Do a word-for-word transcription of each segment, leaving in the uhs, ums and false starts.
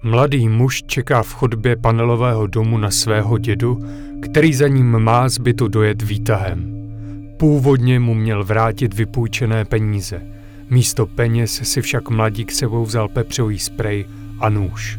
Mladý muž čeká v chodbě panelového domu na svého dědu, který za ním má zbytu dojet výtahem. Původně mu měl vrátit vypůjčené peníze. Místo peněz si však mladík sebou vzal pepřový sprej a nůž.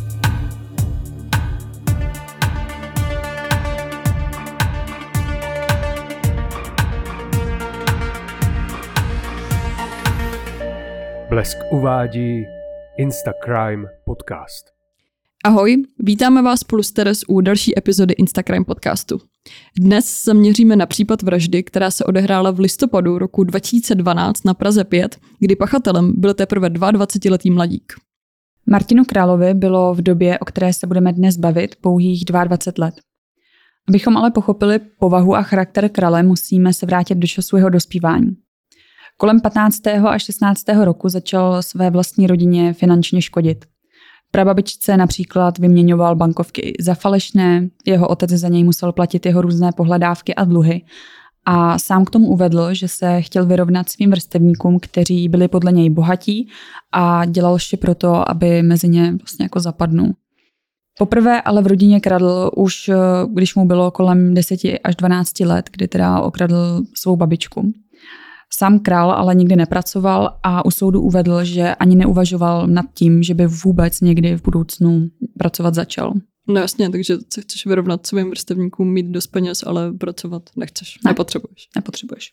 Blesk uvádí Instacrime podcast. Ahoj, vítáme vás spolu s Teres u další epizody Instacrime podcastu. Dnes zaměříme na případ vraždy, která se odehrála v listopadu roku dva tisíce dvanáct na Praze pět, kdy pachatelem byl teprve dvaadvacetiletý mladík. Martinu Královi bylo v době, o které se budeme dnes bavit, pouhých dvacet dva let. Abychom ale pochopili povahu a charakter Krále, musíme se vrátit do času jeho dospívání. Kolem patnáctého až šestnáctého roku začal své vlastní rodině finančně škodit. Prababičce například vyměňoval bankovky za falešné, jeho otec za něj musel platit jeho různé pohledávky a dluhy a sám k tomu uvedl, že se chtěl vyrovnat svým vrstevníkům, kteří byli podle něj bohatí a dělal vše proto, aby mezi ně vlastně jako zapadnul. Poprvé ale v rodině kradl už, když mu bylo kolem deseti až dvanácti let, kdy teda okradl svou babičku. Sám Král ale nikdy nepracoval a u soudu uvedl, že ani neuvažoval nad tím, že by vůbec někdy v budoucnu pracovat začal. No jasně, takže se chceš vyrovnat svým vrstevníkům, mít dost peněz, ale pracovat nechceš, ne, nepotřebuješ. Nepotřebuješ.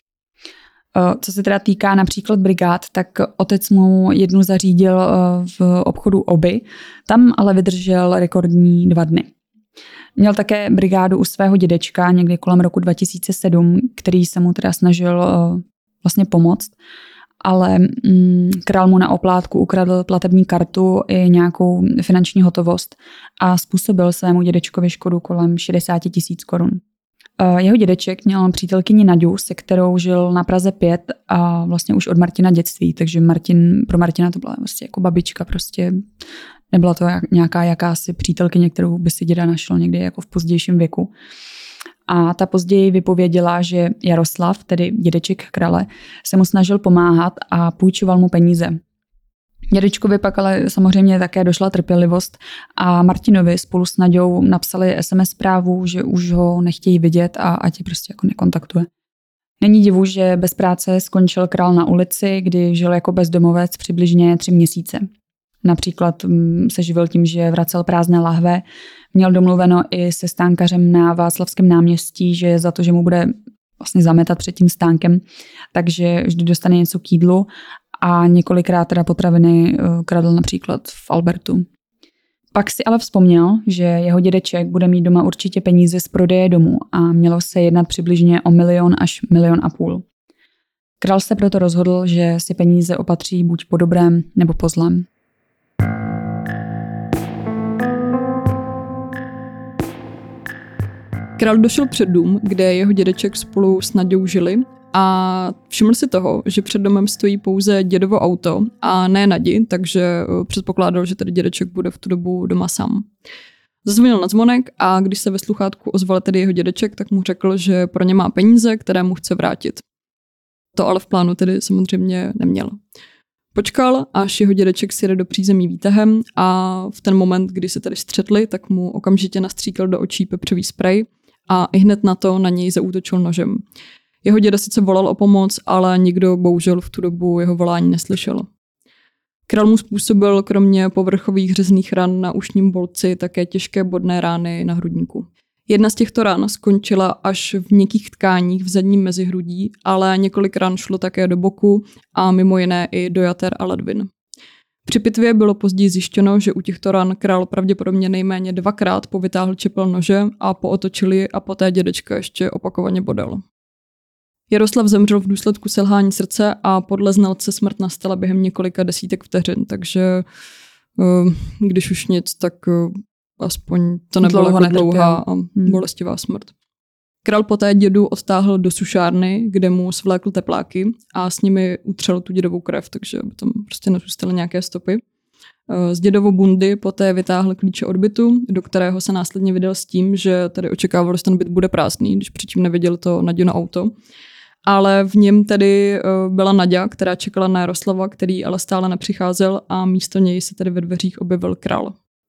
Co se teda týká například brigád, tak otec mu jednu zařídil v obchodu Oby, tam ale vydržel rekordní dva dny. Měl také brigádu u svého dědečka někdy kolem roku dva tisíce sedm, který se mu teda snažil vlastně pomoct, ale mm, Král mu na oplátku ukradl platební kartu i nějakou finanční hotovost a způsobil svému dědečkovi škodu kolem šedesát tisíc korun. Jeho dědeček měl přítelkyni Naďu, se kterou žil na Praze pět a vlastně už od Martina dětství, takže Martin, pro Martina to byla vlastně jako babička, prostě nebyla to nějaká jakási přítelkyně, kterou by si děda našel někdy jako v pozdějším věku. A ta později vypověděla, že Jaroslav, tedy dědeček Krále, se mu snažil pomáhat a půjčoval mu peníze. Dědečkovi pak ale samozřejmě také došla trpělivost a Martinovi spolu s Naďou napsali es em es zprávu, že už ho nechtějí vidět a ať je prostě jako nekontaktuje. Není divu, že bez práce skončil Král na ulici, kdy žil jako bezdomovec přibližně tři měsíce. Například se živil tím, že vracel prázdné lahve, měl domluveno i se stánkařem na Václavském náměstí, že za to, že mu bude vlastně zametat před tím stánkem, takže vždy dostane něco k jídlu a několikrát teda potraviny kradl například v Albertu. Pak si ale vzpomněl, že jeho dědeček bude mít doma určitě peníze z prodeje domu a mělo se jednat přibližně o milion až milion a půl. Král se proto rozhodl, že si peníze opatří buď po dobrém nebo po zlém. Král došel před dům, kde jeho dědeček spolu s Naďou žili a všiml si toho, že před domem stojí pouze dědovo auto a ne Nadi, takže předpokládal, že tedy dědeček bude v tu dobu doma sám. Zazvonil na zvonek a když se ve sluchátku ozval tedy jeho dědeček, tak mu řekl, že pro ně má peníze, které mu chce vrátit. To ale v plánu tedy samozřejmě neměl. Počkal, až jeho dědeček si jde do přízemí výtahem a v ten moment, kdy se tedy střetli, tak mu okamžitě nastříkal do očí pepřový sprej a ihned na to na něj zaútočil nožem. Jeho děda sice volal o pomoc, ale nikdo bohužel v tu dobu jeho volání neslyšel. Král mu způsobil kromě povrchových řezných ran na ušním bolci také těžké bodné rány na hrudníku. Jedna z těchto ran skončila až v měkkých tkáních v zadním mezihrudí, ale několik ran šlo také do boku a mimo jiné i do jater a ledvin. Při pitvě bylo později zjištěno, že u těchto ran Král pravděpodobně nejméně dvakrát povytáhl čepel nože a pootočil ji a poté dědečka ještě opakovaně bodal. Jaroslav zemřel v důsledku selhání srdce a podle znalce smrt nastala během několika desítek vteřin, takže když už nic, tak aspoň to nebyla jako dlouhá a bolestivá smrt. Král poté dědu odtáhl do sušárny, kde mu svlékl tepláky a s nimi utřel tu dědovou krev, takže by tam prostě nezůstaly nějaké stopy. Z dědovo bundy poté vytáhl klíče od bytu, do kterého se následně vydal s tím, že tady očekával, že ten byt bude prázdný, když přičím neviděl to Naďino auto. Ale v něm tedy byla Naďa, která čekala na Jaroslava, který ale stále nepřicházel a místo něj se tedy ve dveřích objevil Král.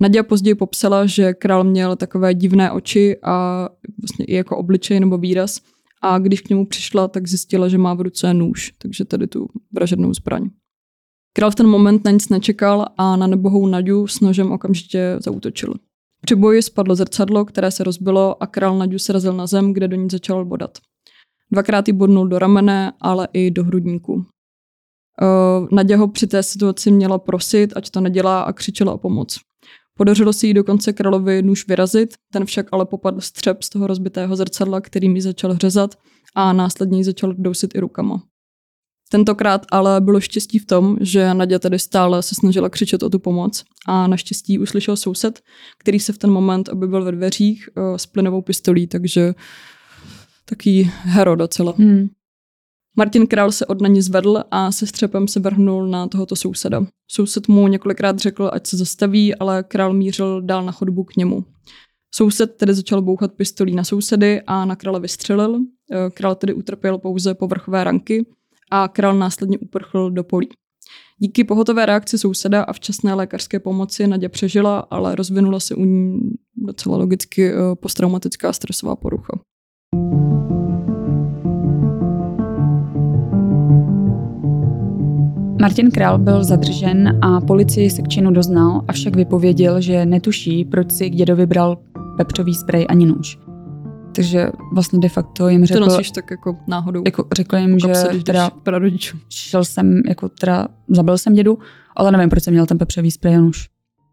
Naděja později popsala, že král měl takové divné oči a vlastně i jako obličej nebo výraz. A když k němu přišla, tak zjistila, že má v ruce nůž, takže tady tu vražednou zbraň. Král v ten moment na nic nečekal a na nebohou Naďu s nožem okamžitě zaútočil. Při boji spadlo zrcadlo, které se rozbilo a král Naďu srazil na zem, kde do ní začal bodat. Dvakrát ji bodnul do ramene, ale i do hrudníku. Naďa ho při té situaci měla prosit, ať to nedělá, a křičela o pomoc. Podařilo se jí dokonce královi nůž vyrazit, ten však ale popadl střep z toho rozbitého zrcadla, kterým ji začal řezat, a následně ji začal dousit i rukama. Tentokrát ale bylo štěstí v tom, že Naďa tedy stále se snažila křičet o tu pomoc a naštěstí uslyšel soused, který se v ten moment objevil ve dveřích s plynovou pistolí, takže taký hero docela. Hmm. Martin Král se od na ní zvedl a se střepem se vrhnul na tohoto souseda. Soused mu několikrát řekl, ať se zastaví, ale král mířil dál na chodbu k němu. Soused tedy začal bouchat pistolí na sousedy a na krále vystřelil. Král tedy utrpěl pouze povrchové ranky a král následně uprchl do polí. Díky pohotové reakci souseda a včasné lékařské pomoci Naďa přežila, ale rozvinula se u ní docela logicky posttraumatická stresová porucha. Martin Král byl zadržen a policii se k činu doznal, avšak vypověděl, že netuší, proč si k dědovi bral pepřový sprej ani nůž. Takže vlastně de facto jim řekl... To nosíš tak jako náhodou. Jako řekl jim, že teda šel jsem, jako teda zabil jsem dědu, ale nevím, proč jsem měl ten pepřový sprej a nůž.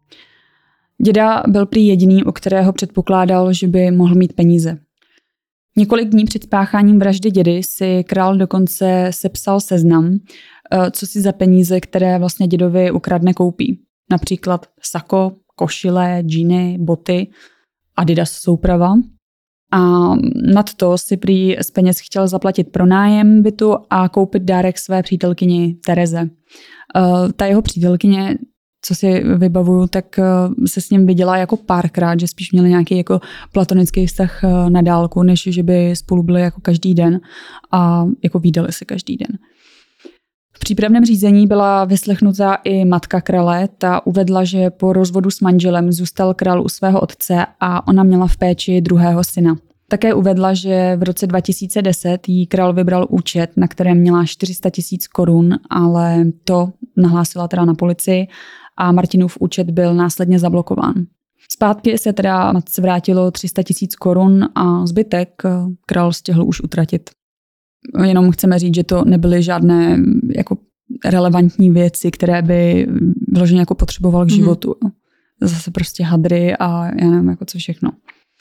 Děda byl prý jediný, u kterého předpokládal, že by mohl mít peníze. Několik dní před spácháním vraždy dědy si král dokonce sepsal seznam, co si za peníze, které vlastně dědovi ukradne, koupí. Například sako, košile, džíny, boty, Adidas souprava. A nad to si prý z peněz chtěl zaplatit pronájem bytu a koupit dárek své přítelkyni Tereze. Ta jeho přítelkyně, co si vybavuju, tak se s ním viděla jako párkrát, že spíš měli nějaký jako platonický vztah na dálku, než že by spolu byli jako každý den a jako vídali se každý den. V přípravném řízení byla vyslechnuta i matka krále, ta uvedla, že po rozvodu s manželem zůstal král u svého otce a ona měla v péči druhého syna. Také uvedla, že v roce dva tisíce deset jí král vybral účet, na kterém měla čtyři sta tisíc korun, ale to nahlásila teda na policii a Martinův účet byl následně zablokován. Zpátky se teda matce vrátilo tři sta tisíc korun a zbytek král stihl už utratit. Jenom chceme říct, že to nebyly žádné jako relevantní věci, které by vyloženě jako potřeboval k životu. Mm. Zase prostě hadry a já nevím, jako co všechno.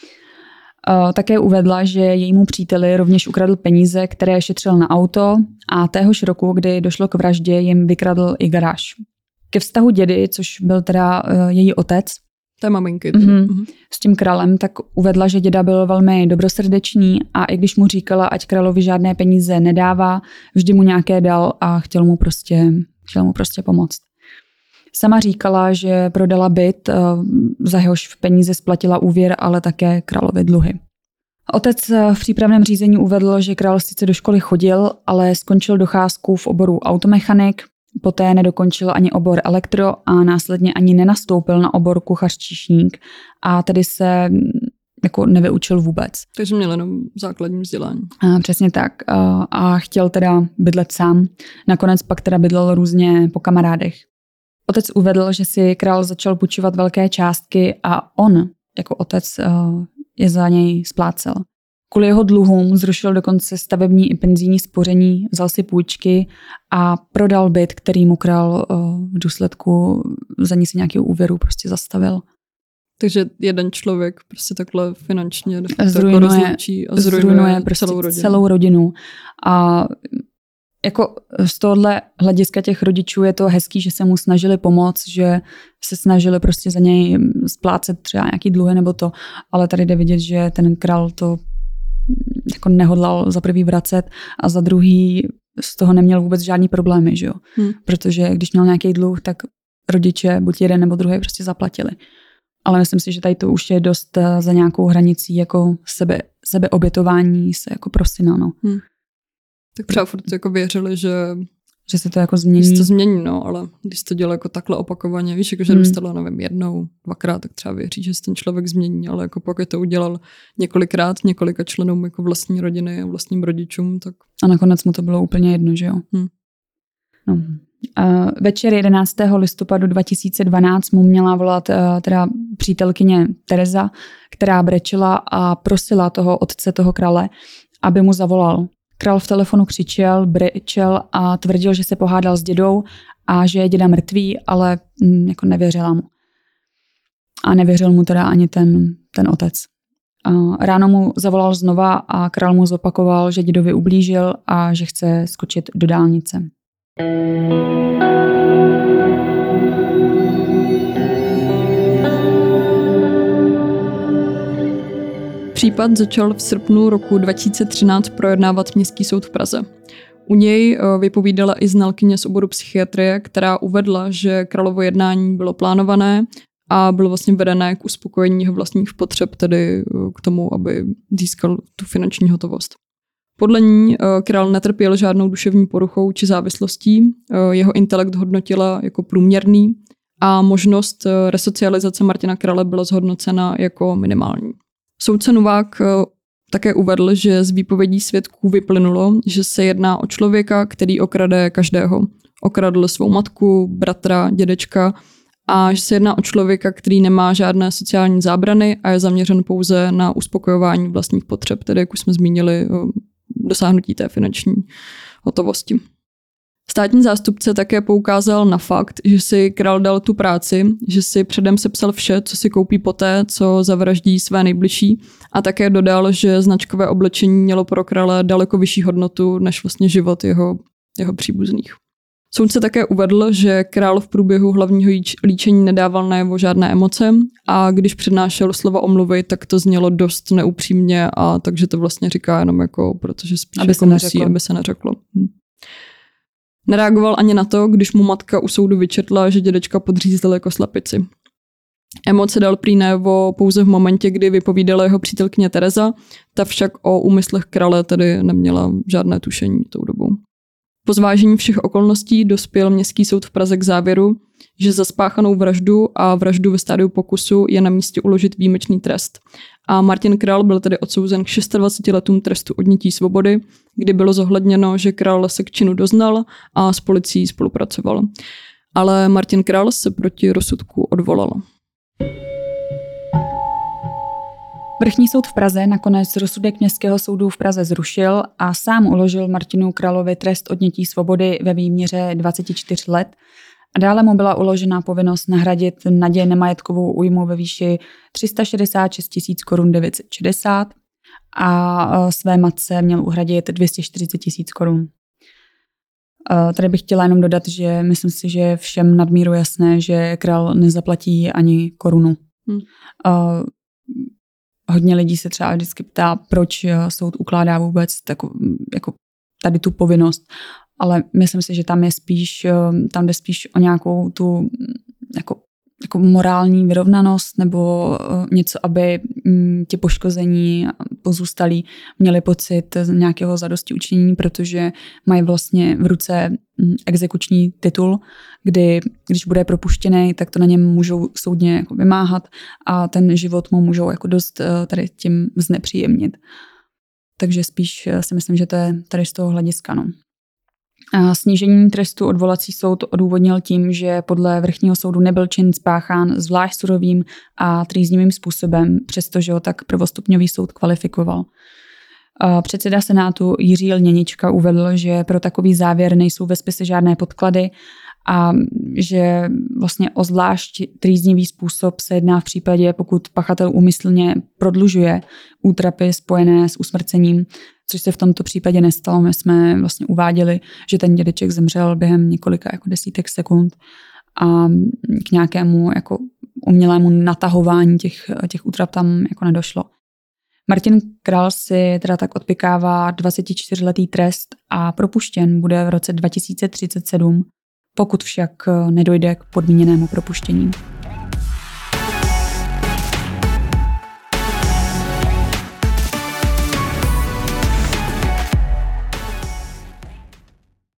Také uvedla, že jejímu příteli rovněž ukradl peníze, které šetřil na auto a téhož roku, kdy došlo k vraždě, jim vykradl i garáž. Ke vztahu dědy, což byl teda její otec, té maminky. Mm-hmm. S tím králem, tak uvedla, že děda byl velmi dobrosrdečný a i když mu říkala, ať královi žádné peníze nedává, vždy mu nějaké dal a chtěl mu prostě, chtěl mu prostě pomoct. Sama říkala, že prodala byt, za jehož v peníze splatila úvěr, ale také královi dluhy. Otec v přípravném řízení uvedl, že král sice do školy chodil, ale skončil docházku v oboru automechanik, poté nedokončil ani obor elektro a následně ani nenastoupil na obor kuchař-číšník a tedy se jako nevyučil vůbec. Takže měl jenom základní vzdělání. A, přesně tak. A, a chtěl teda bydlet sám. Nakonec pak teda bydlel různě po kamarádech. Otec uvedl, že si král začal půjčovat velké částky a on, jako otec, je za něj splácel. Kvůli jeho dluhům zrušil dokonce stavební i penzijní spoření, vzal si půjčky a prodal byt, který mu král v důsledku za ní se nějakého úvěru prostě zastavil. Takže jeden člověk prostě takhle finančně zrujnuje, rozlučí a zrujnuje, zrujnuje prostě celou rodinu. celou rodinu. A jako z tohohle hlediska těch rodičů je to hezký, že se mu snažili pomoct, že se snažili prostě za něj splácet třeba nějaký dluhy nebo to, ale tady jde vidět, že ten král to jako nehodlal za prvý vracet a za druhý z toho neměl vůbec žádný problémy, že jo? Hmm. Protože když měl nějaký dluh, tak rodiče buď jeden nebo druhý prostě zaplatili. Ale myslím si, že tady to už je dost za nějakou hranicí jako sebe, sebeobětování se jako pro syna, no. Hmm. Tak třeba furt jako věřili, že, Že se to jako změní. Že se to změní, no, ale když to dělá jako takhle opakovaně, víš, jako že Hmm. dostalo, nevím, jednou, dvakrát, tak třeba věří, že se ten člověk změní, ale jako pokud to udělal několikrát několika členům jako vlastní rodiny a vlastním rodičům, tak... A nakonec mu to bylo úplně jedno, že jo? Hmm. No. Uh, večer jedenáctého listopadu dva tisíce dvanáct mu měla volat uh, teda přítelkyně Tereza, která brečela a prosila toho otce toho krále, aby mu zavolal. Král v telefonu křičel, brečel a tvrdil, že se pohádal s dědou a že je děda mrtvý, ale mm, jako nevěřila mu. A nevěřil mu teda ani ten, ten otec. Uh, ráno mu zavolal znova a král mu zopakoval, že dědovi ublížil a že chce skočit do dálnice. Případ začal v srpnu roku dva tisíce třináct projednávat Městský soud v Praze. U něj vypovídala i znalkyně z oboru psychiatrie, která uvedla, že Královo jednání bylo plánované a bylo vlastně vedené k uspokojení jeho vlastních potřeb, tedy k tomu, aby získal tu finanční hotovost. Podle ní král netrpěl žádnou duševní poruchou či závislostí, jeho intelekt hodnotila jako průměrný a možnost resocializace Martina Krále byla zhodnocena jako minimální. Soudce Novák také uvedl, že z výpovědí svědků vyplynulo, že se jedná o člověka, který okrade každého. Okradl svou matku, bratra, dědečka a že se jedná o člověka, který nemá žádné sociální zábrany a je zaměřen pouze na uspokojování vlastních potřeb, tedy jak už jsme zmínili, dosáhnutí té finanční hotovosti. Státní zástupce také poukázal na fakt, že si král dal tu práci, že si předem sepsal vše, co si koupí poté, co zavraždí své nejbližší, a také dodal, že značkové oblečení mělo pro krále daleko vyšší hodnotu než vlastně život jeho, jeho příbuzných. Soudce také uvedl, že král v průběhu hlavního líčení nedával najevo žádné emoce a když přednášel slova omluvy, tak to znělo dost neupřímně a takže to vlastně říká jenom jako, protože spíš aby jako se musí, neřeklo. aby se neřeklo. Hm. Nereagoval ani na to, když mu matka u soudu vyčetla, že dědečka podřízl jako slepici. Emoce dal prý najevo pouze v momentě, kdy vypovídala jeho přítelkyně Tereza, ta však o úmyslech krále tedy neměla žádné tušení tou dobou. Po zvážení všech okolností dospěl Městský soud v Praze k závěru, že za spáchanou vraždu a vraždu ve stádiu pokusu je na místě uložit výjimečný trest. A Martin Král byl tedy odsouzen k dvaceti šesti letům trestu odnětí svobody, kdy bylo zohledněno, že Král se k činu doznal a s policií spolupracoval. Ale Martin Král se proti rozsudku odvolal. Vrchní soud v Praze nakonec rozsudek Městského soudu v Praze zrušil a sám uložil Martinu Královi trest odnětí svobody ve výměře dvacet čtyři let a dále mu byla uložena povinnost nahradit Nadě nemajetkovou újmu ve výši tři sta šedesát šest tisíc korun devět set šedesát a své matce měl uhradit dvě stě čtyřicet tisíc korun. Tady bych chtěla jenom dodat, že myslím si, že všem nadmíru jasné, že král nezaplatí ani korunu. Hmm. Hodně lidí se třeba vždycky ptá, proč soud ukládá vůbec tako, jako tady tu povinnost, ale myslím si, že tam je spíš, tam jde spíš o nějakou tu jako, jako morální vyrovnanost nebo něco, aby ti poškození pozůstalí měli pocit nějakého zadostiučinění, protože mají vlastně v ruce exekuční titul, kdy když bude propuštěný, tak to na něm můžou soudně jako vymáhat a ten život mu můžou jako dost tady tím znepříjemnit. Takže spíš si myslím, že to je tady z toho hlediska. No. A snížení trestu odvolací soud odůvodnil tím, že podle vrchního soudu nebyl čin spáchán zvlášť surovým a trýznivým způsobem, přestože ho tak prvostupňový soud kvalifikoval. A předseda Senátu Jiří Lněnička uvedl, že pro takový závěr nejsou ve spise žádné podklady a že vlastně o zvlášť trýznivý způsob se jedná v případě, pokud pachatel úmyslně prodlužuje útrapy spojené s usmrcením, což se v tomto případě nestalo. My jsme vlastně uváděli, že ten dědeček zemřel během několika jako desítek sekund a k nějakému jako umělému natahování těch, těch útrap tam jako nedošlo. Martin Král si teda tak odpykává dvacetičtyřletý trest a propuštěn bude v roce dva tisíce třicet sedm, pokud však nedojde k podmíněnému propuštění.